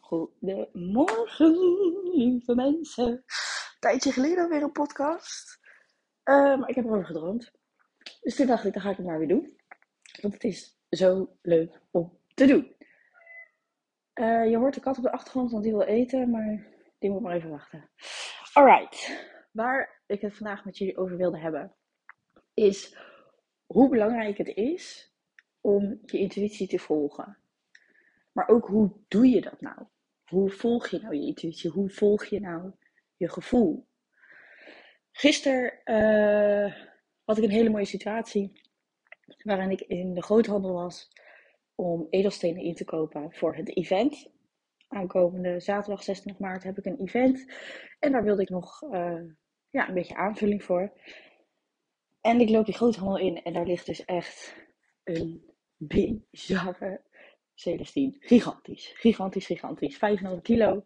Goedemorgen, lieve mensen. Tijdje geleden alweer een podcast. Maar ik heb erover gedroomd. Dus toen dacht ik, dan ga ik het maar weer doen. Want het is zo leuk om te doen. Je hoort de kat op de achtergrond, want die wil eten. Maar die moet maar even wachten. Alright. Waar ik het vandaag met jullie over wilde hebben. Is hoe belangrijk het is om je intuïtie te volgen. Maar ook hoe doe je dat nou? Hoe volg je nou je intuïtie? Hoe volg je nou je gevoel? Gisteren had ik een hele mooie situatie waarin ik in de groothandel was om edelstenen in te kopen voor het event. Aankomende zaterdag 26 maart heb ik een event en daar wilde ik nog een beetje aanvulling voor. En ik loop die groothandel in en daar ligt dus echt een bizarre Celestine. Gigantisch, gigantisch, gigantisch. 5,5 kilo,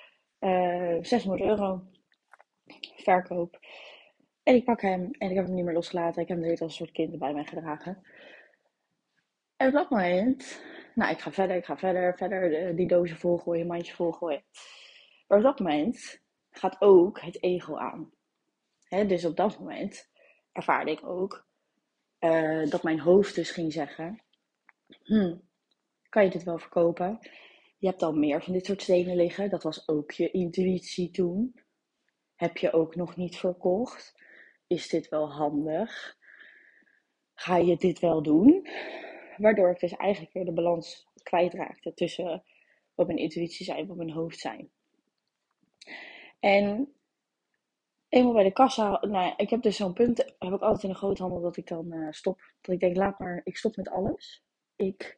€600 verkoop. En ik pak hem en ik heb hem niet meer losgelaten. Ik heb hem als een soort kind bij mij gedragen. En op dat moment, ik ga verder die dozen volgooien, mandje volgooien. Maar op dat moment gaat ook het ego aan. Dus op dat moment ervaarde ik ook dat mijn hoofd dus ging zeggen, kan je dit wel verkopen? Je hebt al meer van dit soort stenen liggen. Dat was ook je intuïtie toen. Heb je ook nog niet verkocht? Is dit wel handig? Ga je dit wel doen? Waardoor ik dus eigenlijk weer de balans kwijtraakte tussen wat mijn intuïtie zijn en wat mijn hoofd zijn. En eenmaal bij de kassa, ik heb dus zo'n punt, heb ik altijd in de groothandel, dat ik dan stop. Dat ik denk, laat maar, ik stop met alles. Ik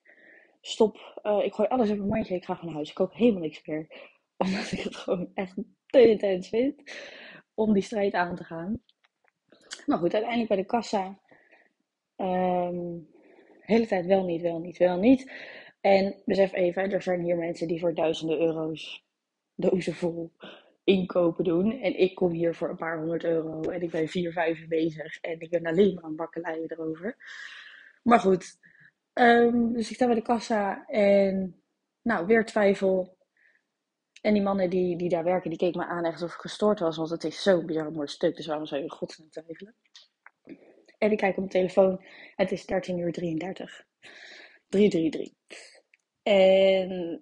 gooi alles op een mandje, ik ga gewoon naar huis. Ik koop helemaal niks meer. Omdat ik het gewoon echt te intens vind om die strijd aan te gaan. Maar goed, uiteindelijk bij de kassa. De hele tijd wel niet. En besef even, er zijn hier mensen die voor duizenden euro's dozen vol inkopen doen. En ik kom hier voor een paar €100 en ik ben 4-5 uur bezig. En ik ben alleen maar aan het bakkeleien erover. Maar goed, dus ik sta bij de kassa en weer twijfel. En die mannen die daar werken, die keken me aan echt alsof ik gestoord was. Want het is zo'n bizar mooi stuk, dus waarom zou je in godsnaam twijfelen? En ik kijk op mijn telefoon, het is 13:33. 333. En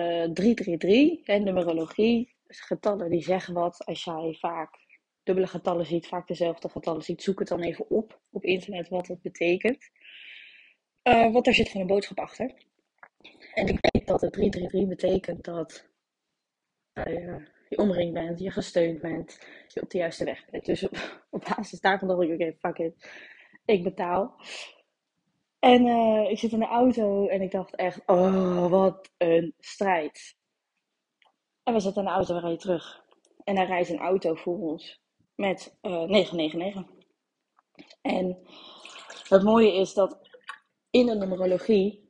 333, en numerologie, getallen die zeggen wat. Als jij vaak dubbele getallen ziet, vaak dezelfde getallen ziet, zoek het dan even op internet wat het betekent. Want daar zit gewoon een boodschap achter. En ik weet dat het 333 betekent dat je omringd bent, je gesteund bent, je op de juiste weg bent. Dus op basis daarvan dacht ik, oké, fuck it, ik betaal. En ik zit in de auto en ik dacht echt, oh, wat een strijd. En we zetten in de auto en we rijden terug. En daar rijdt een auto voor ons met 999. En het mooie is dat in de numerologie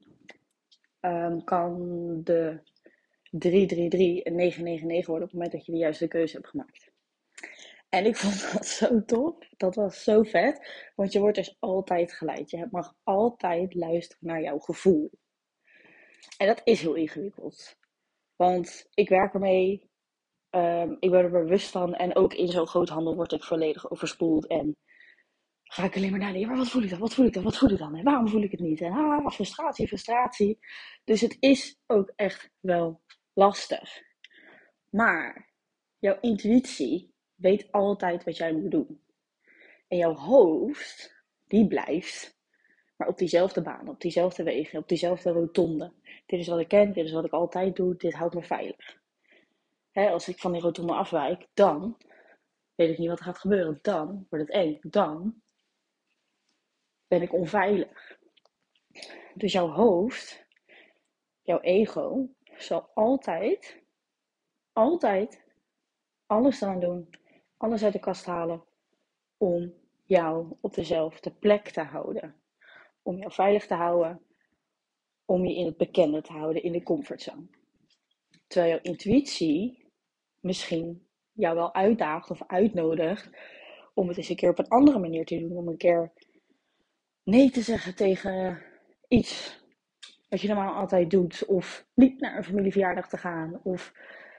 kan de 333 een 999 worden op het moment dat je de juiste keuze hebt gemaakt. En ik vond dat zo top. Dat was zo vet. Want je wordt dus altijd geleid. Je mag altijd luisteren naar jouw gevoel. En dat is heel ingewikkeld. Want ik werk ermee. Ik ben er bewust van. En ook in zo'n groothandel word ik volledig overspoeld. En ga ik alleen maar nadenken. Maar wat voel ik dan? Wat voel ik dan? Wat voel ik dan? En waarom voel ik het niet? En frustratie. Dus het is ook echt wel lastig. Maar jouw intuïtie weet altijd wat jij moet doen. En jouw hoofd, die blijft maar op diezelfde baan, op diezelfde wegen, op diezelfde rotonde. Dit is wat ik ken, dit is wat ik altijd doe, dit houdt me veilig. Als ik van die rotonde afwijk, dan weet ik niet wat er gaat gebeuren. Dan wordt het eng. Dan ben ik onveilig. Dus jouw hoofd, jouw ego, zal altijd alles eraan doen, alles uit de kast halen om jou op dezelfde plek te houden. Om jou veilig te houden, om je in het bekende te houden, in de comfortzone. Terwijl jouw intuïtie misschien jou wel uitdaagt of uitnodigt om het eens een keer op een andere manier te doen. Om een keer nee te zeggen tegen iets wat je normaal altijd doet. Of niet naar een familieverjaardag te gaan. Of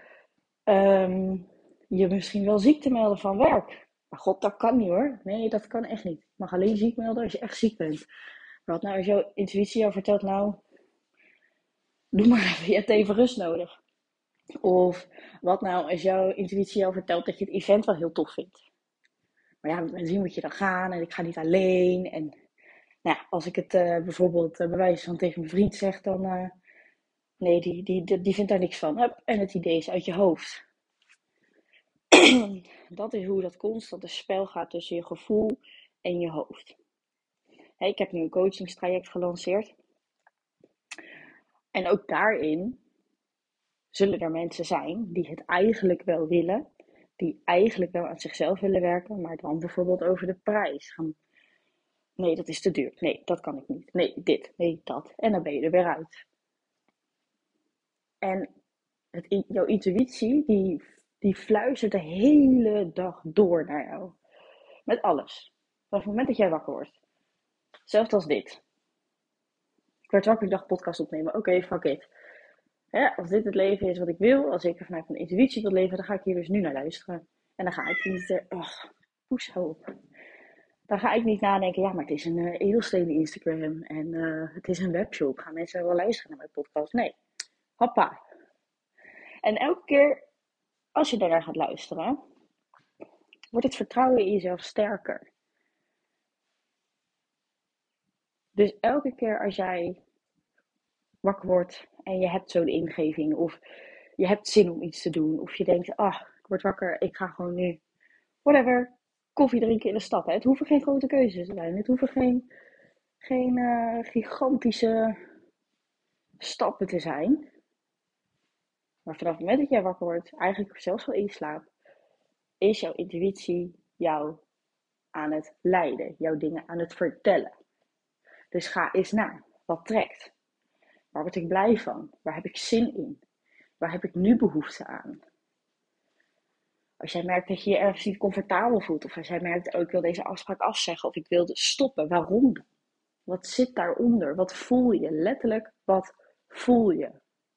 je misschien wel ziek te melden van werk. Maar god, dat kan niet hoor. Nee, dat kan echt niet. Je mag alleen ziek melden als je echt ziek bent. Maar wat nou als jouw intuïtie jou vertelt, nou, doe maar even, je hebt even rust nodig. Of wat nou als jouw intuïtie jou vertelt dat je het event wel heel tof vindt. Maar ja, misschien moet je dan gaan en ik ga niet alleen. En nou ja, als ik het bijvoorbeeld bij wijze van tegen mijn vriend zeg, dan nee, die vindt daar niks van. Hup, en het idee is uit je hoofd. Dat is hoe dat constante spel gaat tussen je gevoel en je hoofd. Ik heb nu een coachingstraject gelanceerd. En ook daarin zullen er mensen zijn die het eigenlijk wel willen. Die eigenlijk wel aan zichzelf willen werken. Maar dan bijvoorbeeld over de prijs gaan. Nee, dat is te duur. Nee, dat kan ik niet. Nee, dit. Nee, dat. En dan ben je er weer uit. En jouw intuïtie, die fluistert de hele dag door naar jou. Met alles. Vanaf het moment dat jij wakker wordt. Zelfs als dit. Ik werd wakker, ik dacht podcast opnemen. Oké, fuck it. Als dit het leven is wat ik wil, als ik vanuit mijn intuïtie wil leven, dan ga ik hier dus nu naar luisteren. En dan ga ik niet, hoezo? Dan ga ik niet nadenken, ja, maar het is een edelstenen Instagram en het is een webshop. Gaan mensen wel luisteren naar mijn podcast? Nee. Hoppa. En elke keer als je daarnaar gaat luisteren, wordt het vertrouwen in jezelf sterker. Dus elke keer als jij wakker wordt en je hebt zo de ingeving of je hebt zin om iets te doen of je denkt, ik word wakker, ik ga gewoon nu, whatever, koffie drinken in de stad. Hè. Het hoeven geen grote keuzes te zijn. Het hoeven geen gigantische stappen te zijn. Maar vanaf het moment dat jij wakker wordt, eigenlijk zelfs wel in je slaap, is jouw intuïtie jou aan het leiden, jouw dingen aan het vertellen. Dus ga eens na. Wat trekt? Waar word ik blij van? Waar heb ik zin in? Waar heb ik nu behoefte aan? Als jij merkt dat je je ergens niet comfortabel voelt, of als jij merkt, ik wil deze afspraak afzeggen, of ik wil stoppen, waarom dan? Wat zit daaronder? Wat voel je? Letterlijk, wat voel je?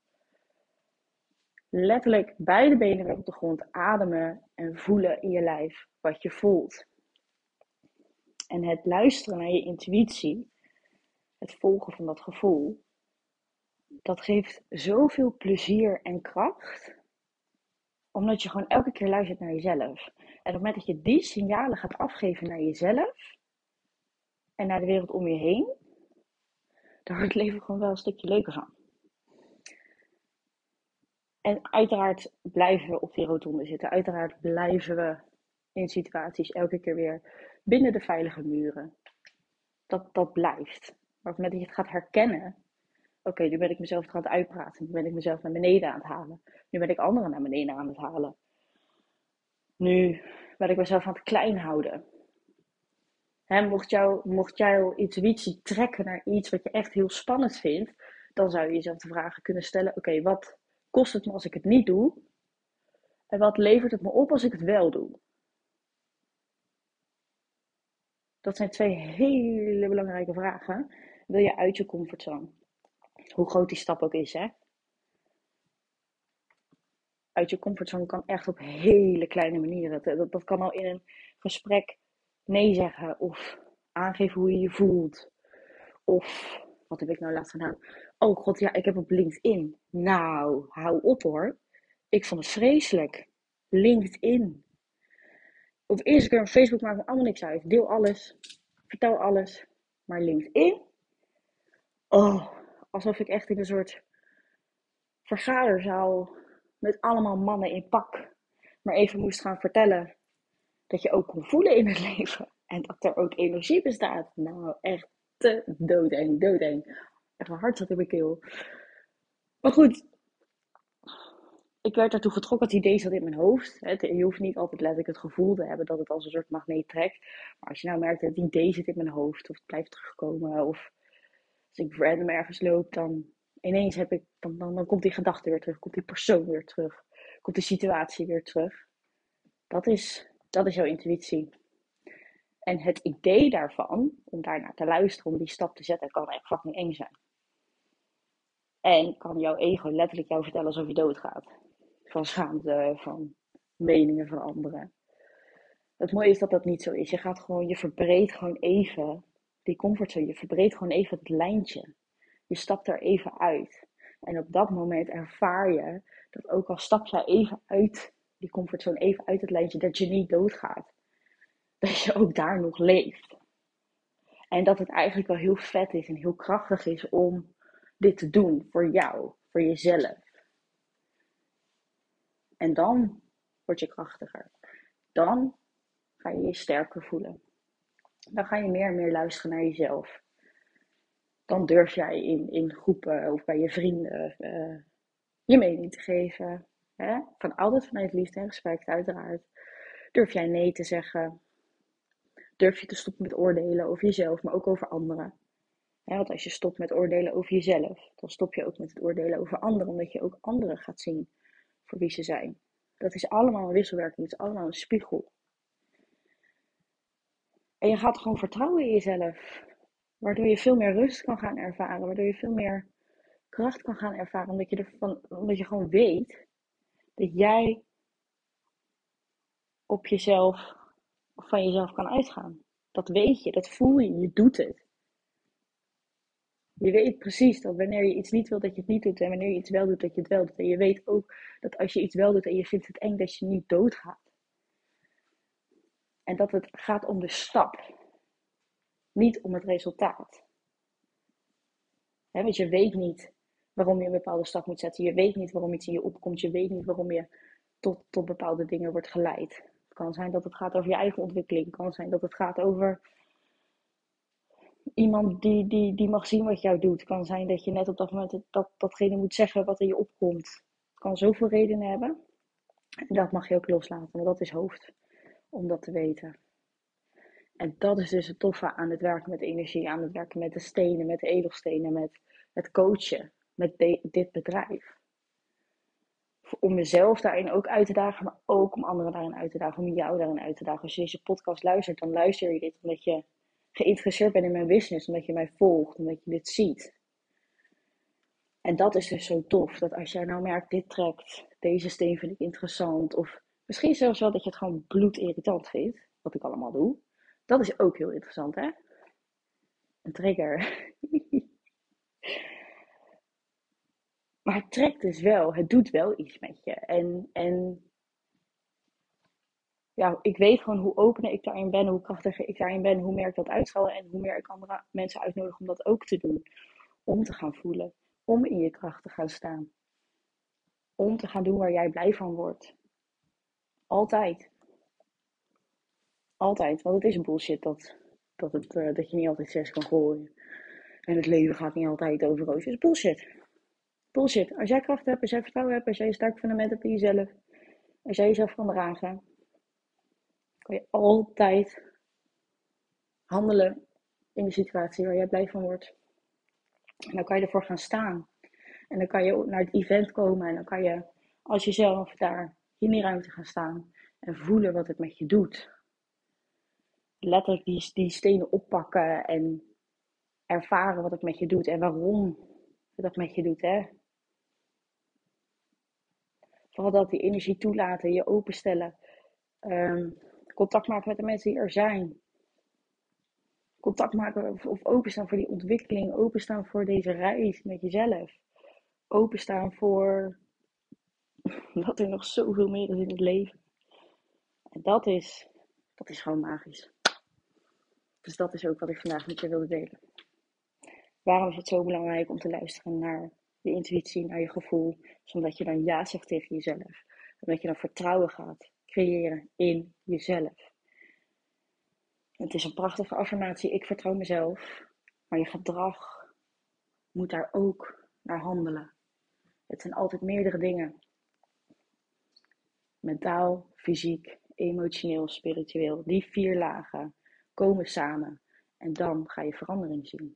Letterlijk beide benen weer op de grond ademen en voelen in je lijf wat je voelt. En het luisteren naar je intuïtie, het volgen van dat gevoel, dat geeft zoveel plezier en kracht, omdat je gewoon elke keer luistert naar jezelf. En op het moment dat je die signalen gaat afgeven naar jezelf en naar de wereld om je heen, dan wordt het leven gewoon wel een stukje leuker van. En uiteraard blijven we op die rotonde zitten. Uiteraard blijven we in situaties elke keer weer binnen de veilige muren. Dat blijft. Maar op het moment dat je het gaat herkennen, oké, nu ben ik mezelf aan het uitpraten. Nu ben ik mezelf naar beneden aan het halen. Nu ben ik anderen naar beneden aan het halen. Nu ben ik mezelf aan het klein houden. Mocht jouw intuïtie trekken naar iets wat je echt heel spannend vindt, dan zou je jezelf de vragen kunnen stellen, oké, wat kost het me als ik het niet doe? En wat levert het me op als ik het wel doe? Dat zijn twee hele belangrijke vragen. Wil je uit je comfortzone? Hoe groot die stap ook is, hè? Uit je comfortzone kan echt op hele kleine manieren. Dat kan al in een gesprek nee zeggen of aangeven hoe je je voelt. Of, wat heb ik nou laatst gedaan? Oh god, ja, ik heb op LinkedIn. Nou, hou op hoor. Ik vond het vreselijk. LinkedIn. Op Instagram, Facebook maakt me allemaal niks uit. Deel alles. Vertel alles. Maar LinkedIn? Oh, alsof ik echt in een soort vergaderzaal met allemaal mannen in pak maar even moest gaan vertellen dat je ook kon voelen in het leven. En dat er ook energie bestaat. Nou, echt te doodeng. Echt een hart zat in mijn keel. Maar goed, ik werd daartoe getrokken. Het idee zat in mijn hoofd. Je hoeft niet altijd letterlijk het gevoel te hebben dat het als een soort magneet trekt. Maar als je nou merkt dat het idee zit in mijn hoofd, of het blijft terugkomen, of als ik random ergens loop, dan ineens dan komt die gedachte weer terug, komt die persoon weer terug, komt die situatie weer terug. Dat is jouw intuïtie. En het idee daarvan, om daarnaar te luisteren, om die stap te zetten, kan echt fucking eng zijn. En kan jouw ego letterlijk jou vertellen alsof je doodgaat. Van schaamte, van meningen van anderen. Het mooie is dat dat niet zo is. Je verbreedt gewoon even die comfortzone. Je verbreedt gewoon even het lijntje. Je stapt er even uit. En op dat moment ervaar je dat ook al stap je even uit die comfortzone, even uit het lijntje, dat je niet doodgaat. Dat je ook daar nog leeft. En dat het eigenlijk wel heel vet is en heel krachtig is om dit te doen voor jou, voor jezelf. En dan word je krachtiger. Dan ga je je sterker voelen. Dan ga je meer en meer luisteren naar jezelf. Dan durf jij in groepen of bij je vrienden je mening te geven. Hè? Altijd vanuit liefde en respect, uiteraard. Durf jij nee te zeggen. Durf je te stoppen met oordelen over jezelf, maar ook over anderen. Want als je stopt met oordelen over jezelf, dan stop je ook met het oordelen over anderen, omdat je ook anderen gaat zien voor wie ze zijn. Dat is allemaal een wisselwerking, het is allemaal een spiegel. En je gaat gewoon vertrouwen in jezelf, waardoor je veel meer rust kan gaan ervaren, waardoor je veel meer kracht kan gaan ervaren, omdat je gewoon weet dat jij op jezelf, of van jezelf kan uitgaan. Dat weet je, dat voel je, je doet het. Je weet precies dat wanneer je iets niet wilt, dat je het niet doet. En wanneer je iets wel doet, dat je het wel doet. En je weet ook dat als je iets wel doet en je vindt het eng, dat je niet doodgaat. En dat het gaat om de stap. Niet om het resultaat. Want je weet niet waarom je een bepaalde stap moet zetten. Je weet niet waarom iets in je opkomt. Je weet niet waarom je tot bepaalde dingen wordt geleid. Het kan zijn dat het gaat over je eigen ontwikkeling. Het kan zijn dat het gaat over iemand die mag zien wat jou doet. Het kan zijn dat je net op dat moment datgene moet zeggen wat in je opkomt. Het kan zoveel redenen hebben. En dat mag je ook loslaten, want dat is hoofd. Om dat te weten. En dat is dus het toffe aan het werken met energie. Aan het werken met de stenen, met de edelstenen, met het coachen. Met dit bedrijf. Om mezelf daarin ook uit te dagen, maar ook om anderen daarin uit te dagen. Om jou daarin uit te dagen. Als je deze podcast luistert, dan luister je dit omdat je geïnteresseerd bent in mijn business. Omdat je mij volgt, omdat je dit ziet. En dat is dus zo tof. Dat als jij nou merkt, dit trekt, deze steen vind ik interessant. Of misschien zelfs wel dat je het gewoon bloedirritant vindt. Wat ik allemaal doe. Dat is ook heel interessant, hè? Een trigger. Maar het trekt dus wel. Het doet wel iets met je. En ja, ik weet gewoon hoe opener ik daarin ben, hoe krachtiger ik daarin ben, hoe meer ik dat uitstraal en hoe meer ik andere mensen uitnodig om dat ook te doen. Om te gaan voelen, om in je kracht te gaan staan. Om te gaan doen waar jij blij van wordt. Altijd. Altijd. Want het is bullshit dat je niet altijd zes kan gooien. En het leven gaat niet altijd over roosjes. Bullshit. Bullshit. Als jij kracht hebt, als jij vertrouwen hebt, als jij een sterk fundament hebt in jezelf, als jij jezelf kan dragen, kan je altijd handelen in de situatie waar jij blij van wordt. En dan kan je ervoor gaan staan. En dan kan je naar het event komen en dan kan je als jezelf daar in die ruimte gaan staan en voelen wat het met je doet. Letterlijk die stenen oppakken en ervaren wat het met je doet en waarom het dat met je doet. Hè? Vooral dat die energie toelaten, je openstellen. Contact maken met de mensen die er zijn. Contact maken of openstaan voor die ontwikkeling. Openstaan voor deze reis met jezelf. Openstaan voor dat er nog zoveel meer is in het leven. En dat is gewoon magisch. Dus dat is ook wat ik vandaag met je wilde delen. Waarom is het zo belangrijk om te luisteren naar je intuïtie, naar je gevoel? Omdat je dan ja zegt tegen jezelf. Omdat je dan vertrouwen gaat creëren in jezelf. Het is een prachtige affirmatie. Ik vertrouw mezelf. Maar je gedrag moet daar ook naar handelen. Het zijn altijd meerdere dingen. Mentaal, fysiek, emotioneel, spiritueel. Die 4 lagen komen samen. En dan ga je verandering zien.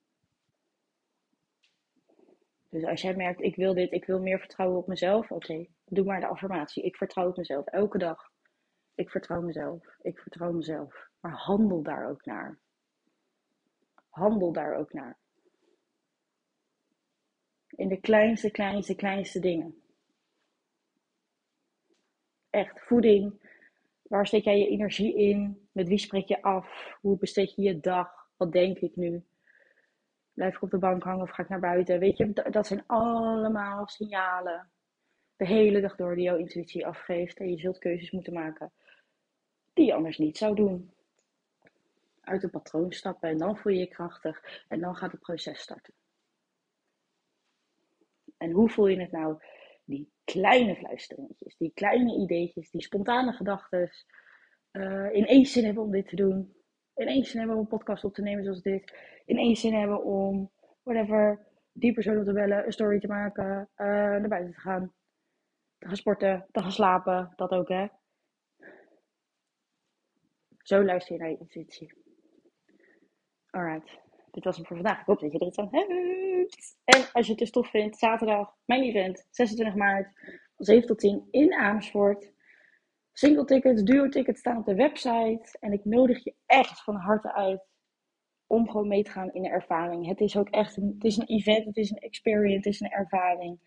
Dus als jij merkt, ik wil dit, ik wil meer vertrouwen op mezelf. Oké, doe maar de affirmatie. Ik vertrouw op mezelf. Elke dag. Ik vertrouw mezelf. Ik vertrouw mezelf. Maar handel daar ook naar. Handel daar ook naar. In de kleinste dingen. Echt, voeding. Waar steek jij je energie in? Met wie spreek je af? Hoe besteed je je dag? Wat denk ik nu? Blijf ik op de bank hangen of ga ik naar buiten? Weet je, dat zijn allemaal signalen. De hele dag door die jouw intuïtie afgeeft. En je zult keuzes moeten maken die je anders niet zou doen. Uit een patroon stappen en dan voel je je krachtig. En dan gaat het proces starten. En hoe voel je het nou? Die kleine fluisteringetjes, die kleine ideetjes, die spontane gedachten. Ineens zin hebben om dit te doen. Ineens zin hebben om een podcast op te nemen zoals dit. Ineens zin hebben om, whatever, die persoon op te bellen, een story te maken, naar buiten te gaan. Te gaan sporten, te gaan slapen, dat ook hè. Zo luister je naar je intuïtie. Alright, dit was hem voor vandaag. Ik hoop dat je er iets aan hebt. En als je het dus tof vindt, zaterdag, mijn event, 26 maart, van 7 tot 10 in Amersfoort. Single tickets, duo tickets staan op de website. En ik nodig je echt van harte uit om gewoon mee te gaan in de ervaring. Het is ook echt het is een event, het is een experience, het is een ervaring.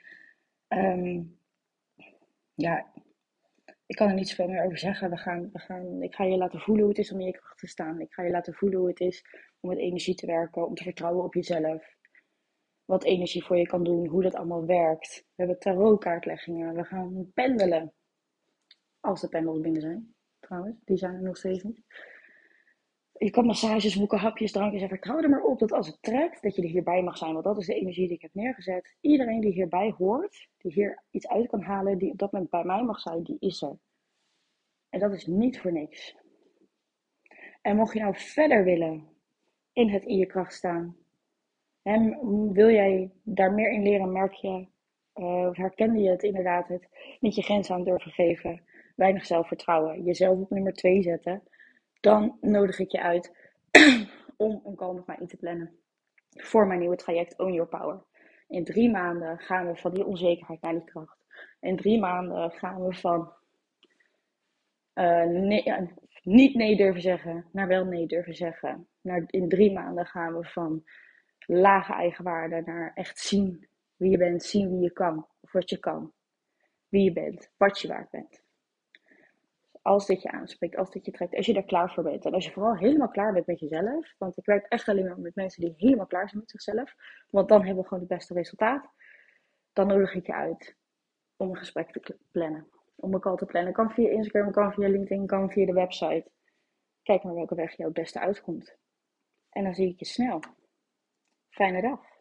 Ja, ik kan er niet zoveel meer over zeggen. Ik ga je laten voelen hoe het is om in je kracht te staan. Ik ga je laten voelen hoe het is om met energie te werken, om te vertrouwen op jezelf. Wat energie voor je kan doen, hoe dat allemaal werkt. We hebben tarotkaartleggingen, we gaan pendelen. Als de pendels binnen zijn, trouwens. Die zijn er nog steeds niet. Je kan massages boeken, hapjes, drankjes en vertrouw er maar op dat als het trekt, dat je er hierbij mag zijn. Want dat is de energie die ik heb neergezet. Iedereen die hierbij hoort, die hier iets uit kan halen, die op dat moment bij mij mag zijn, die is er. En dat is niet voor niks. En mocht je nou verder willen in het in je kracht staan, wil jij daar meer in leren, merk je, of herkende je het inderdaad, het niet je grens aan durven geven, weinig zelfvertrouwen, jezelf op nummer 2 zetten, dan nodig ik je uit om een call met mij in te plannen voor mijn nieuwe traject Own Your Power. In 3 maanden gaan we van die onzekerheid naar die kracht. In 3 maanden gaan we van niet nee durven zeggen naar wel nee durven zeggen. In 3 maanden gaan we van lage eigenwaarde naar echt zien wie je bent, zien wie je kan, of wat je kan. Wie je bent, wat je waard bent. Als dit je aanspreekt, als dit je trekt, als je daar klaar voor bent. En als je vooral helemaal klaar bent met jezelf. Want ik werk echt alleen maar met mensen die helemaal klaar zijn met zichzelf. Want dan hebben we gewoon het beste resultaat. Dan nodig ik je uit om een gesprek te plannen. Om een call te plannen. Kan via Instagram, kan via LinkedIn, kan via de website. Kijk maar welke weg jou het beste uitkomt. En dan zie ik je snel. Fijne dag.